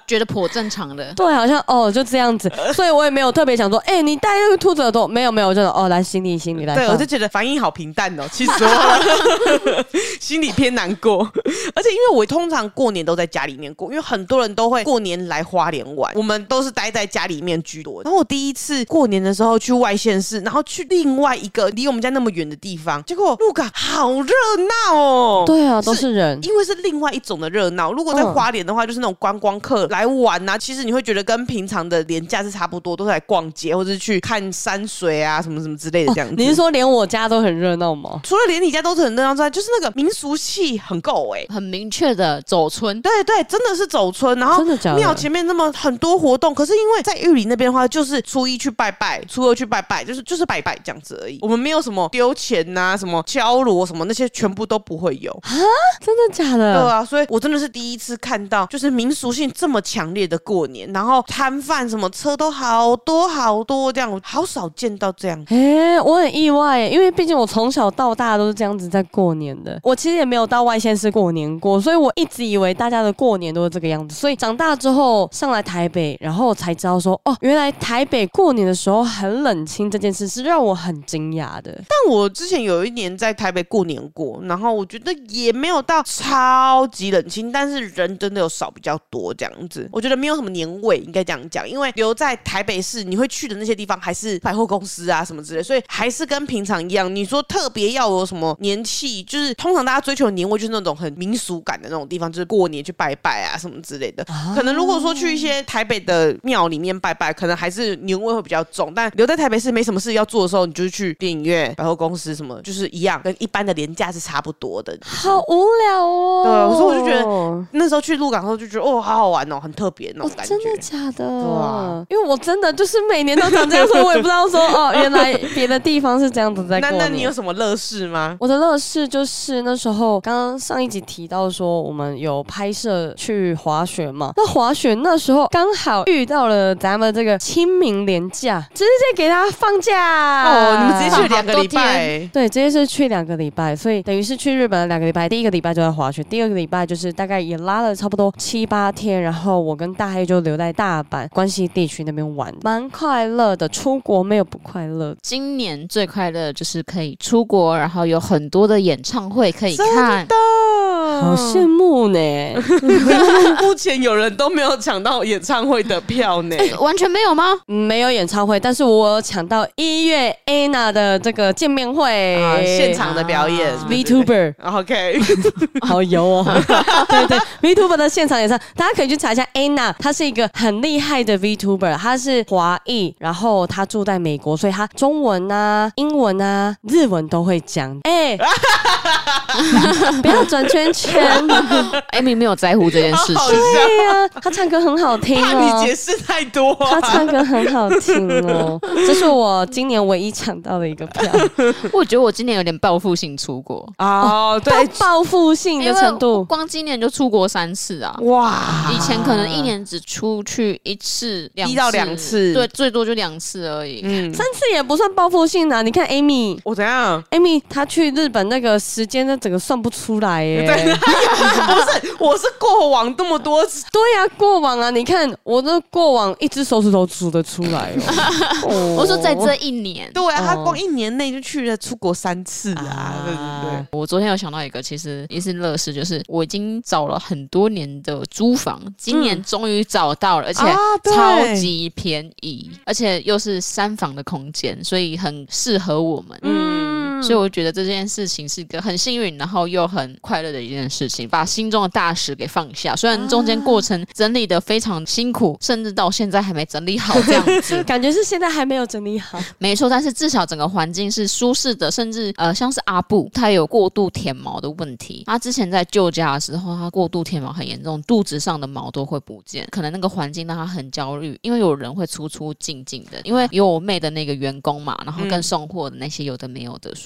觉得颇正常的。 对，好像哦就这样子，所以我也没有特别想说，哎、欸，你戴那个兔子耳朵没有没有，我就哦来心里心里来。 对，我就觉得反应好平淡哦，气死我了，心里偏难过。而且因为我通常过年都在家里面过，因为很多人都会过年来花莲玩，我们都是待在家里面居多。然后我第一次过年的时候去外县市，然后去另外一个离我们家那么远的地方，结果鹿港好热闹哦。 对啊，都是人， 因为是另外一种的热闹。如果在花莲的话，就是那种观光客来玩啊，其实你会觉得跟平常的连假是差不多，都是来逛街或者是去看山水啊什么什么之类的这样子。 哦、你是说连我家都很热闹吗？ 除了连你家都是很热闹之外，就是那个民俗气很够哎、欸， 很明确的走村。 对对，真的是走村，然后庙前面那么很多活动，可是因为在玉里那边的话，就是初一去拜拜，初二去拜拜，就是就是拜拜这样子而已。我们没有什么丢钱呐、啊、什么敲锣什么那些全部都不会有啊，真的假的？ 对啊，所以我真的是第一次看到就是民俗性这么强烈的过年，然后摊贩什么车都好多好多这样，我好少见到这样。 哎、欸，我很意外耶，因为毕竟我从小到大都是这样子在过年的，我其实也没有到外县市过年过，所以我一直以为大家的过年都是这个样子。所以长大之后上来台北，然后才知道说，哦，原来台北过年的时候很冷清，这件事是让我很惊讶的。 但我之前有一年在台北过年过，然后我觉得也没有到超级冷清，但是人真的有少比较多这样子。我觉得没有什么年味，应该这样讲，因为留在台北市你会去的那些地方还是百货公司啊什么之类，所以还是跟平常一样。你说特别要有什么年气，就是通常大家追求的年味就是那种很民俗感的那种地方，就是过年去拜拜啊什么之类的。啊、可能如果说去一些台北的庙里面拜拜，可能还是年味会比较重。但留在台北市没什么事要做的时候，你就去电影院、百货公司什么，就是一样，跟一般的连假是差不多的。 好无聊哦。 对，所以我就觉得那时候去鹿港的时候就觉得哦，好好玩哦，很特别那种感觉。 哦、真的假的？ 对啊， 因为我真的就是每年都长这样，所以我也不知道说哦，原来别的地方是这样子在过年。 那那你有什么乐事吗？ 我的乐事就是那时候刚刚上一集提到说我们有拍摄去滑雪嘛，那滑雪那时候刚好遇到了咱们这个清明连假，直接给他放假哦，你们直接去两个礼拜， 对，直接是去两个礼拜，所以等于是去日本两个礼拜，第一个礼拜就在滑雪，第二个礼拜就是大概也拉了差不多七八天，然后我跟大黑就留在大阪关西地区那边玩，蛮快乐的，出国没有不快乐。 今年最快乐就是可以出国，然后有很多的演唱会可以看， 真的好羡慕呢。 目前有人都没有抢到演唱会的票呢、 欸、完全没有吗？ 没有演唱会，但是我有抢到一月 Anna 的这个见面会、 啊、现场的表演、啊、 VTuber OK 好油哦对对 VTuber 的现场演唱，大家可以去查一下 Anna， 她是一个很厉害的 VTuber， 她是华裔，然后她住在美国，所以她中文啊、英文啊、日文都会讲。哎、欸，不要转圈圈 ，Amy 没有在乎这件事情。 对呀、啊，她唱歌很好听哦。 怕你解释太多、啊。 她唱歌很好听哦，这是我今年唯一抢到的一个票。 我觉得我今年有点报复性出国哦，对， 报复性的程度， 光今年就出国三次啊！ 哇， 以前可能一年只出去一次、两次， 一到两次， 对，最多就两次而已。 嗯，三次也不算报复性啊！你看 Amy， 我怎样 ？Amy 她去日本那个时间，那整个算不出来耶。 对，不是，我是过往这么多次。 对呀、啊，过往啊，你看我那过往一只手指头数得出来哦。 哦我说在这一年， 对啊，他光一年内就去了出国三次啊！啊对对对， 我昨天有想到一个，其实也是乐事，就是我已经找了很多年的租房，今年终于找到了，而且超级便宜，而且又是三房的空间，所以很适合我们。嗯，所以我觉得这件事情是一个很幸运，然后又很快乐的一件事情，把心中的大石给放下。虽然中间过程整理的非常辛苦，甚至到现在还没整理好这样子， 感觉是现在还没有整理好。 没错，但是至少整个环境是舒适的，甚至呃，像是阿布，他有过度舔毛的问题。他之前在旧家的时候，他过度舔毛很严重，肚子上的毛都会不见，可能那个环境让他很焦虑，因为有人会出出进进的，因为有我妹的那个员工嘛，然后跟送货的那些有的没有的，所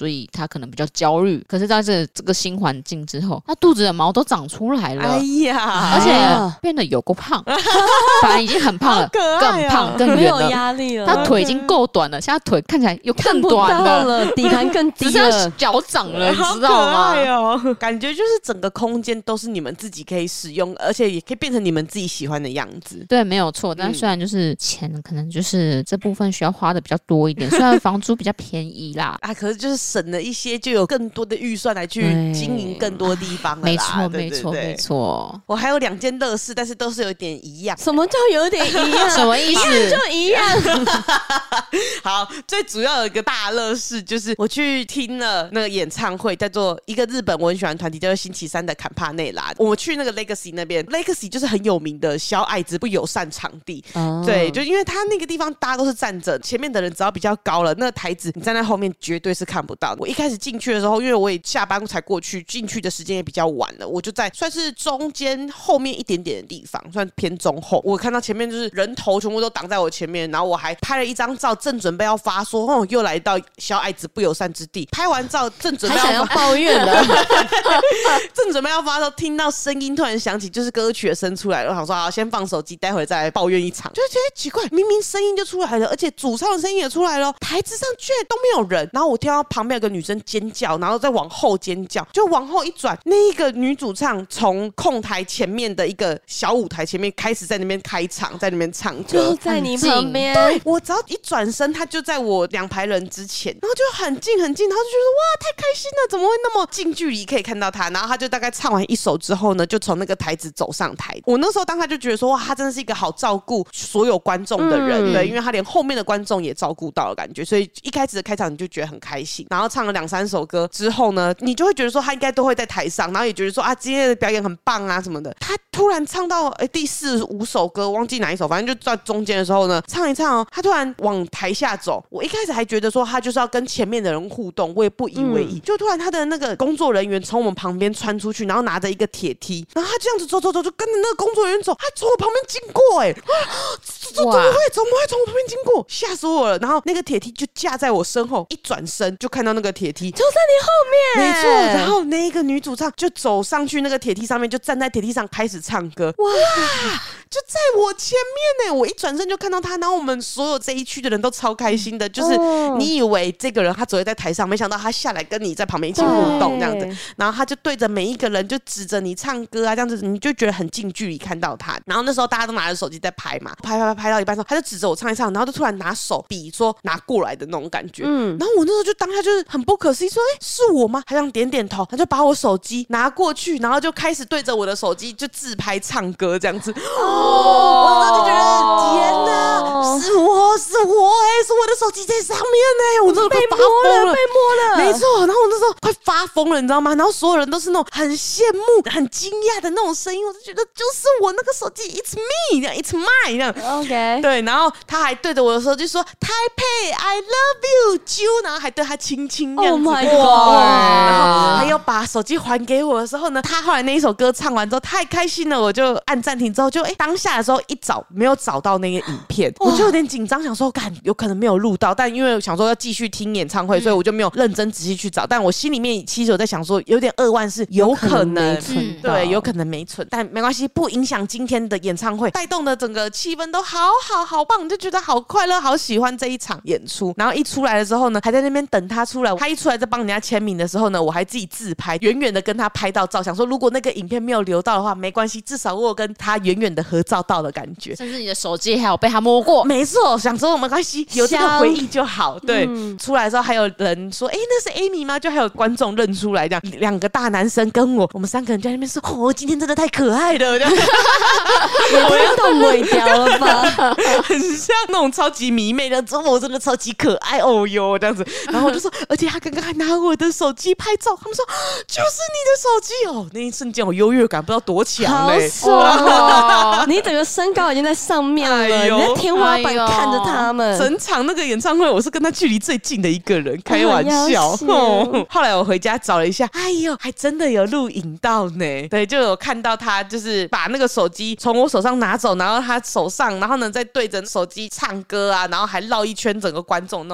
所以他可能比较焦虑。可是在这这个新环境之后，他肚子的毛都长出来了， 哎呀， 而且变得有够胖，本来已经很胖了， 好可爱更哦胖更没有圆了。 压力了， 他腿已经够短了，现在腿看起来又更看不到短了， 了，底盘更低只剩了。 脚长了，你好知道吗？ 可爱哦，感觉就是整个空间都是你们自己可以使用，而且也可以变成你们自己喜欢的样子。 对，没有错。但嗯虽然就是钱可能就是这部分需要花的比较多一点，虽然房租比较便宜啦。 啊，可是就是省了一些，就有更多的预算来去对经营更多地方了啦。 没错， 对没错， 对对没错。 我还有两件乐事，但是都是有点一样。 什么叫有点一样？ 什么意思？ 就一样。 好，最主要有一个大乐事，就是我去听了那个演唱会，叫做一个日本我很喜欢的团体，叫做星期三的坎帕内拉。我去那个 Legacy 那边 ，Legacy 就是很有名的消艾滋不友善场地。 哦对，就因为他那个地方大家都是站着，前面的人只要比较高了，那个台子你站在后面绝对是看不到的。我一开始进去的时候，因为我也下班才过去，进去的时间也比较晚了，我就在算是中间后面一点点的地方，算偏中后。我看到前面就是人头全部都挡在我前面，然后我还拍了一张照，正准备要发说，哦，又来到消艾滋不友善之地。拍完照正准备还想要要发， 抱怨的， 正准备要发的时候，听到声音突然响起，就是歌曲的声出来了。我想说，好，先放手机，待会再来抱怨一场。就觉得奇怪，明明声音就出来了，而且主唱的声音也出来了，台子上居然都没有人。然后我听到旁边有个女生尖叫，然后再往后尖叫，就往后一转，那一个女主唱从控台前面的一个小舞台前面开始在那边开场，在那边唱歌。 就在你旁边。 对，我只要一转身，她就在我两排人之前，然后就很近很近，然后就觉得哇，太开心了，怎么会那么近距离可以看到她？然后她就大概唱完一首之后呢，就从那个台子走上台。我那时候当下就觉得说，哇，她真的是一个好照顾所有观众的人， 嗯对，因为她连后面的观众也照顾到了感觉，所以一开始的开场你就觉得很开心。然后唱了两三首歌之后呢，你就会觉得说她应该都会在台上，然后也觉得说啊，今天的表演很棒啊什么的。她突然唱到哎第四五首歌，忘记哪一首，反正就在中间的时候呢，唱一唱哦，她突然往台下走。我一开始还觉得说她就是要跟前面的人互动，我也不以为意。嗯、就突然她的那个工作人员从我们旁边穿出去，然后拿着一个铁梯，然后她这样子走走走，就跟着那个工作人员走，她从我旁边经过、欸，哎，怎么会怎么会从我旁边经过？吓死我了！然后那个铁梯就架在我身后，一转身就看到那个铁梯就在你后面， 没错。然后那一个女主唱就走上去那个铁梯上面，就站在铁梯上开始唱歌，哇！就在我前面呢，我一转身就看到她，然后我们所有这一区的人都超开心的，就是你以为这个人他只会在台上，没想到他下来跟你在旁边一起互动这样子，然后他就对着每一个人就指着你唱歌啊，这样子你就觉得很近距离看到他。然后那时候大家都拿着手机在拍嘛，拍拍拍拍到一半的时候，他就指着我唱一唱，然后就突然拿手比说拿过来的那种感觉，嗯，然后我那时候就当下就是很不可思议，说哎、欸、是我吗？他这样点点头，他就把我手机拿过去，然后就开始对着我的手机就自拍唱歌这样子，哦。我就觉得天哪，是我是我哎、欸，是我的手机在上面哎、欸，我真的快发疯了， 被摸了， 没错。然后我那时候快发疯了，你知道吗？然后所有人都是那种很羡慕、很惊讶的那种声音，我就觉得就是我那个手机 ，It's me， 这样 ，It's mine， 这样。 OK， 对。然后他还对着我的手机说台北 I love you， 啾，然后还对他亲亲这样子。 Oh my god！ 然后还有把手机还给我的时候呢，他后来那一首歌唱完之后太开心了，我就按暂停之后就哎、欸、当下的时候一找没有找到那个影片，我就有点紧张，想说干有可能没有录到，但因为我想说要继续听演唱会，所以我就没有认真仔细去找。但我心里面其实有在想说，有点二万是有可能， 有可能没存到， 对，有可能没存，但没关系，不影响今天的演唱会，带动的整个气氛都好好好棒，就觉得好快乐，好喜欢这一场演出。然后一出来的时候呢，还在那边等他出来，他一出来在帮人家签名的时候呢，我还自己自拍，远远的跟他拍到照，想说如果那个影片没有留到的话，没关系，至少我有跟他远远的合照到的感觉。 甚至你的手机还有被他摸过， 没错，想说没关系，有这个回忆就好。对，嗯、出来的时候还有人说，哎、欸，那是 Amy 吗？就还有观众认出来，这样两个大男生跟我，我们三个人在那边说，哦，今天真的太可爱了，这样也太动尾调了吧， 很像那种超级迷妹的，说我真的超级可爱哦哟这样子。然后我就说，而且他刚刚还拿我的手机拍照，他们说就是你的手机哦，那一瞬间我优越感不知道多强嘞、欸， 好爽哦！你整个身高已经在上面了，哎、你在天花板看着他们。 整场那个演唱会，我是跟他距离最近的一个人，开玩笑。哦、后来我回家找了一下，哎呦，还真的有录影到呢。对，就有看到他就是把那个手机从我手上拿走，然后他手上，然后呢再对着手机唱歌啊，然后还绕一圈整个观众那种感觉。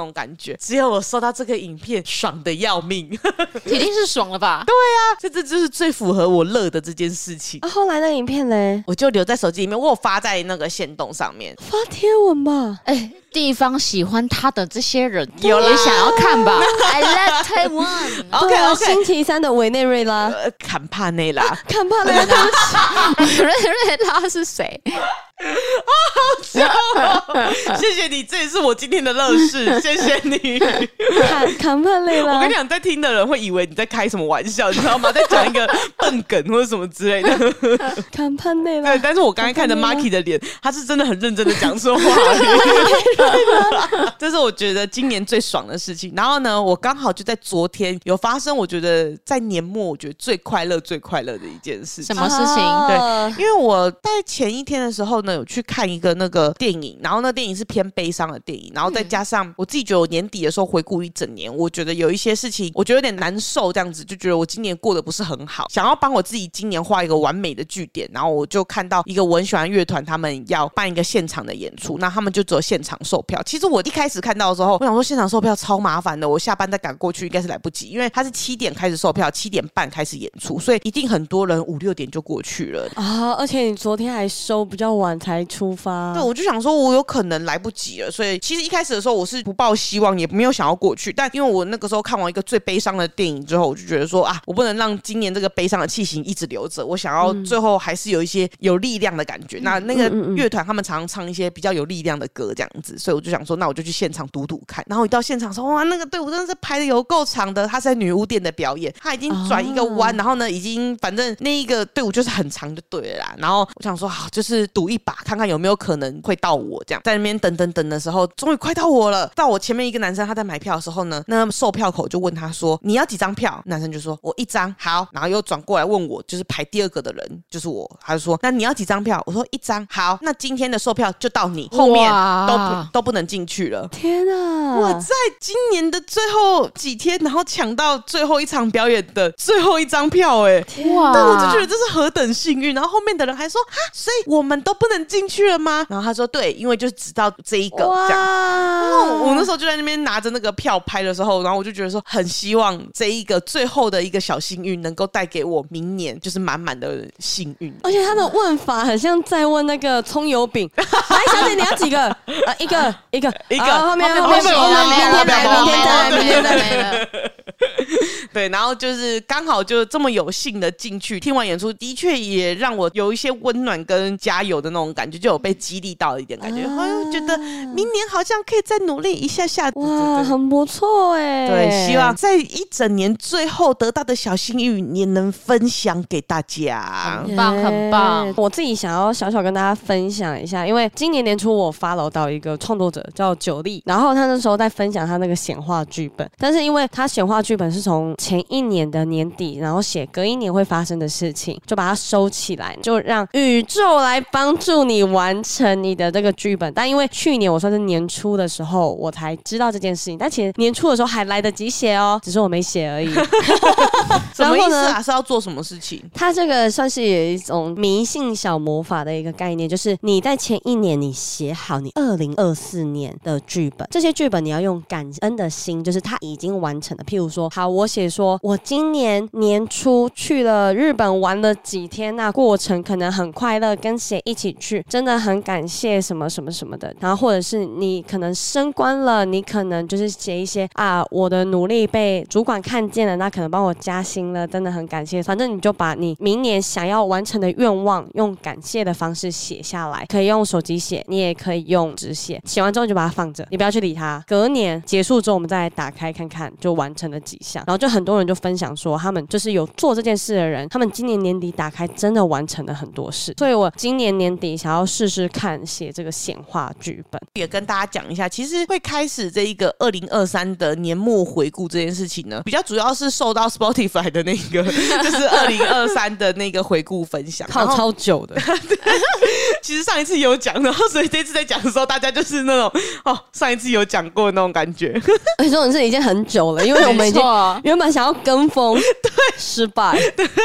觉。只有我收到这个影片，爽的要命， 一定是爽了吧？ 对啊，这这就是最符合我乐的这件事情。 啊，后来那影片嘞， 我就留在手机里面，我有发在那个限动上面， 发贴文吧。 哎，地方喜欢他的这些人有啦也想要看吧？I love Taiwan。 OK 对啊 OK， 星期三的委内瑞拉， 呃，坎帕内拉， 看怕了，对不起。 瑞瑞拉是谁？ 谢谢你，这也是我今天的乐事，谢谢你。 坎坎帕雷拉， 我跟你讲，在听的人会以为你在开什么玩笑，你知道吗？在讲一个笨梗或者什么之类的。 坎帕雷拉对，，但是我刚才看着 Marky 的脸，他是真的很认真的讲说话。这是我觉得今年最爽的事情。然后呢，我刚好就在昨天有发生，我觉得在年末我觉得最快乐、最快乐的一件事情。 什么事情？ 啊因为我在前一天的时候呢，有去看一个那个电影，然后那电影是偏悲伤的电影，然后再加上我自己觉得我年底的时候回顾一整年，我觉得有一些事情我觉得有点难受，这样子就觉得我今年过得不是很好，想要帮我自己今年画一个完美的句点，然后我就看到一个我很喜欢乐团，他们要办一个现场的演出，那他们就只有现场售票。其实我一开始看到的时候，我想说现场售票超麻烦的，我下班再赶过去应该是来不及，因为他是七点开始售票，七点半开始演出，所以一定很多人五六点就过去了。 啊！而且你昨天还收比较晚才出发， 对，我就想说，我有可能来不及了，所以其实一开始的时候我是不抱希望，也没有想要过去。但因为我那个时候看完一个最悲伤的电影之后，我就觉得说啊，我不能让今年这个悲伤的气息一直留着，我想要最后还是有一些有力量的感觉。嗯、那那个乐团他们常常唱一些比较有力量的歌，这样子，所以我就想说，那我就去现场赌赌看。然后一到现场说，哇，那个队伍真的是排的有够长的。他是在女巫店的表演，他已经转一个弯，啊、然后呢，已经反正那一个队伍就是很长就对了啦。然后我想说，好，就是赌一把，看看有没有可能会到我这样。在那边等等等的时候，终于快到我了。到我前面一个男生他在买票的时候呢，那售票口就问他说：“你要几张票？”男生就说：“我一张。”好，然后又转过来问我，就是排第二个的人就是我，他就说：“那你要几张票？”我说：“一张。”好，那今天的售票就到你，后面都不都不能进去了。 天啊！ 我在今年的最后几天，然后抢到最后一场表演的最后一张票、欸，哎， 哇！ 但我就觉得这是何等幸运。然后后面的人还说：“哈，所以我们都不能进去了吗？”然后他说：“对，因为就只到这一个这样。”然后我那时候就在那边拿着那个票拍的时候，然后我就觉得说，很希望这一个最后的一个小幸运能够带给我明年就是满满的幸运。 而且他的问法很像在问那个葱油饼，来，小姐你要几个？啊，一个，一个， 一个， 啊、后面后面面后面明天来，明天再来，明天再来。 对，然后就是刚好就这么有幸的进去，听完演出，的确也让我有一些温暖跟加油的那种感觉，就有被激励到一点感觉，好像觉得明年好像可以再努力一下下。 哇， 对对对， 很不错哎。 对，希望在一整年最后得到的小幸运也能分享给大家。 很棒很棒。 我自己想要小小跟大家分享一下，因为今年年初我 follow 到一个创作者叫九力，然后他那时候在分享他那个显化剧本，但是因为他显化剧本是从前一年的年底，然后写隔一年会发生的事情，就把它收起来，就让宇宙来帮助你完成你的这个剧本。但因为去年我算是年初的时候我才知道这件事情，但其实年初的时候还来得及写哦，只是我没写而已。 什么意思啊？是要做什么事情？ 它这个算是有一种迷信小魔法的一个概念，就是你在前一年你写好你二零二四年的剧本，这些剧本你要用感恩的心，就是它已经完成了。譬如说，好，我写说我今年年初去了日本玩了几天，那过程可能很快乐，跟谁一起去，真的很感谢什么什么什么的。然后或者是你可能升官了，你可能就是写一些啊，我的努力被主管看见了，那可能帮我加薪了，真的很感谢。反正你就把你明年想要完成的愿望用感谢的方式写下来，可以用手机写，你也可以用纸写。写完之后你就把它放着，你不要去理它。隔年结束之后，我们再来打开看看，就完成了几项。然后就很多人就分享说，他们就是有做这件事的人，他们今年年底打开真的完成了很多事。所以我今年年底想要试试看写这个显化剧本， 也跟大家讲一下，其实会开始这一个二零二三的年末回顾这件事情呢，比较主要是受到 Spotify 的那个就是二零二三的那个回顾分享， 靠超久的。 其实上一次有讲，然后所以这次在讲的时候，大家就是那种哦，上一次有讲过那种感觉。 而且这种事已经很久了，因为我们已经原本想要跟风，对，失败。 对，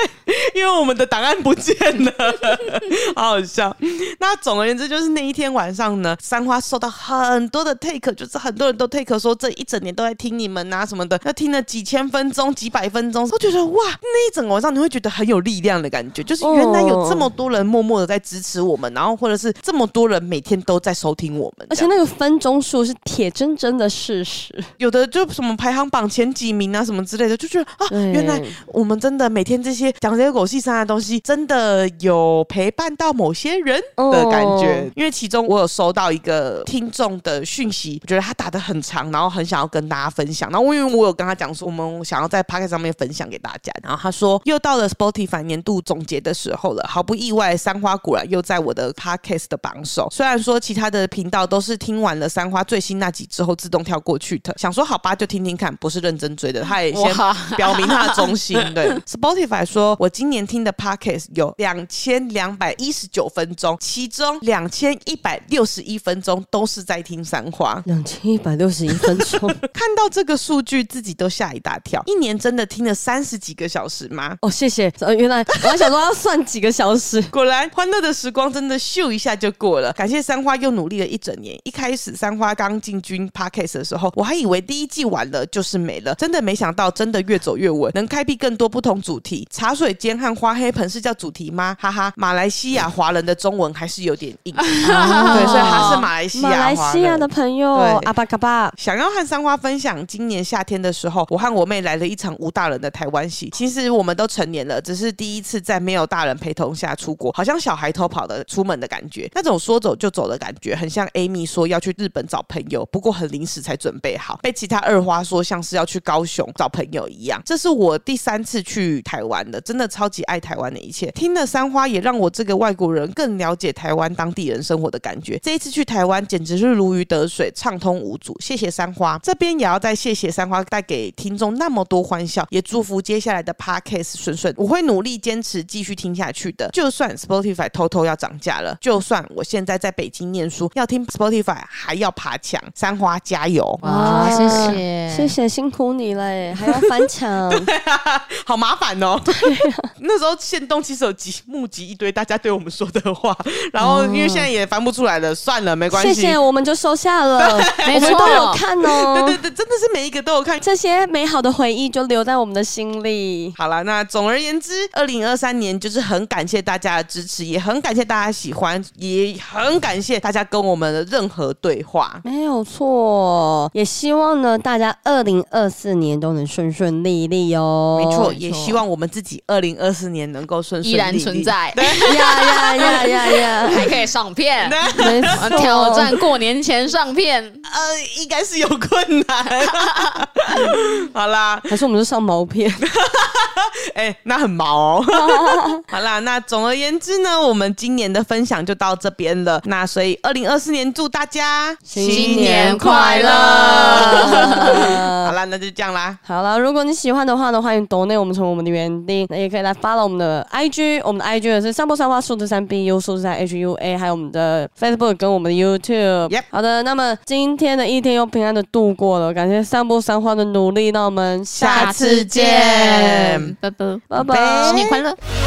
因为我们的档案不见了，好好笑。那总而言之，就是那一天晚上呢，三花收到很多的 take， 就是很多人都 take 说这一整年都在听你们啊什么的，要听了几千分钟、几百分钟，我觉得哇，那一整个晚上你会觉得很有力量的感觉，就是原来有这么多人默默的在支持我们，然后或者是这么多人每天都在收听我们， 而且那个分钟数是铁铮铮的事实， 有的就什么排行榜前几名啊什么之类的，就觉得啊，原来我们真的每天这些讲这些狗屁三的东西，真的有陪伴到某些人的感觉。哦、因为其中我有收到一个听众的讯息，我觉得他打得很长，然后很想要跟大家分享。然后因为我有跟他讲说，我们想要在 Podcast 上面分享给大家。然后他说，又到了 Spotify 年度总结的时候了，毫不意外，三花果然又在我的 Podcast 的榜首。虽然说其他的频道都是听完了三花最新那集之后自动跳过去的，想说好吧就听听看，不是认真追的。他也先表明他的忠心。对 ，Spotify 说，我今年听的 Podcast 有两千两百一十九分钟，其中两千一百六十一分钟都是在听三花。 两千一百六十一分钟， 看到这个数据，自己都吓一大跳。一年真的听了三十几个小时吗？ 哦，谢谢。呃、原来我还想说要算几个小时， 果然欢乐的时光真的咻一下就过了。感谢三花又努力了一整年。一开始三花刚进军 Podcast 的时候，我还以为第一季完了就是没了，真的没想到真的越走越稳，能开辟更多不同主题。茶水间和花黑盆是叫主题吗？哈哈，马来西亚华人的中文还是有点硬，哦、对，所以他是马来西亚华人。 马来西亚的朋友，阿巴卡巴想要和三花分享，今年夏天的时候，我和我妹来了一场无大人的台湾戏。其实我们都成年了，只是第一次在没有大人陪同下出国，好像小孩偷跑的出门的感觉，那种说走就走的感觉，很像 Amy 说要去日本找朋友，不过很临时才准备好，被其他二花说像是要去高雄找朋友一样。这是我第三次去台湾的，真的超级爱台湾的一切。听了三花也让我这个外国人更了解台湾当地人生活的感觉。这一次去台湾简直是如鱼得水，畅通无阻。谢谢三花，这边也要再谢谢三花带给听众那么多欢笑，也祝福接下来的 Podcast 顺顺。我会努力坚持继续听下去的，就算 Spotify 偷偷要涨价了，就算我现在在北京念书，要听 Spotify 还要爬墙。三花加油！ 哇，谢谢谢谢，辛苦你了耶，还要翻墙， 对啊，好麻烦哦。对啊，那时候限动其实有集募集一堆大家对我们说的话，然后因为现在也翻不出来了，算了，没关系。 谢谢，我们就收下了，我们都有看哦。 对对对，真的是每一个都有看， 这些美好的回忆就留在我们的心里。 好了，那总而言之，二零二三年就是很感谢大家的支持，也很感谢大家喜欢，也很感谢大家跟我们的任何对话。 没有错，也希望呢大家二零二四年都能顺顺利利哦。 没错，也希望我们自己二零二四年能够顺顺利利， 依然存在。 呀呀呀呀呀， 还可以上片， 没错， 挑战过年前上片， 呃，应该是有困难。好啦， 还是我们就上毛片。 哎、欸，那很毛哦。好啦，那总而言之呢，我们今年的分享就到这边了。那所以二零二四年祝大家新年快乐！ 好啦，那就这样啦。 好啦，如果你喜欢的话呢，欢迎抖内我们成为我们的园丁，那也可以来 follow 我们的 I G， 我们的 I G 呢是散步三花数字三 B U 数字三 H U A， 还有我们的 Facebook 跟我们的 YouTube。Yep. 好的，那么今天的一天又平安的度过了，感谢散步三花的努力，那我们下次见， 拜拜， 拜拜， 新年快乐。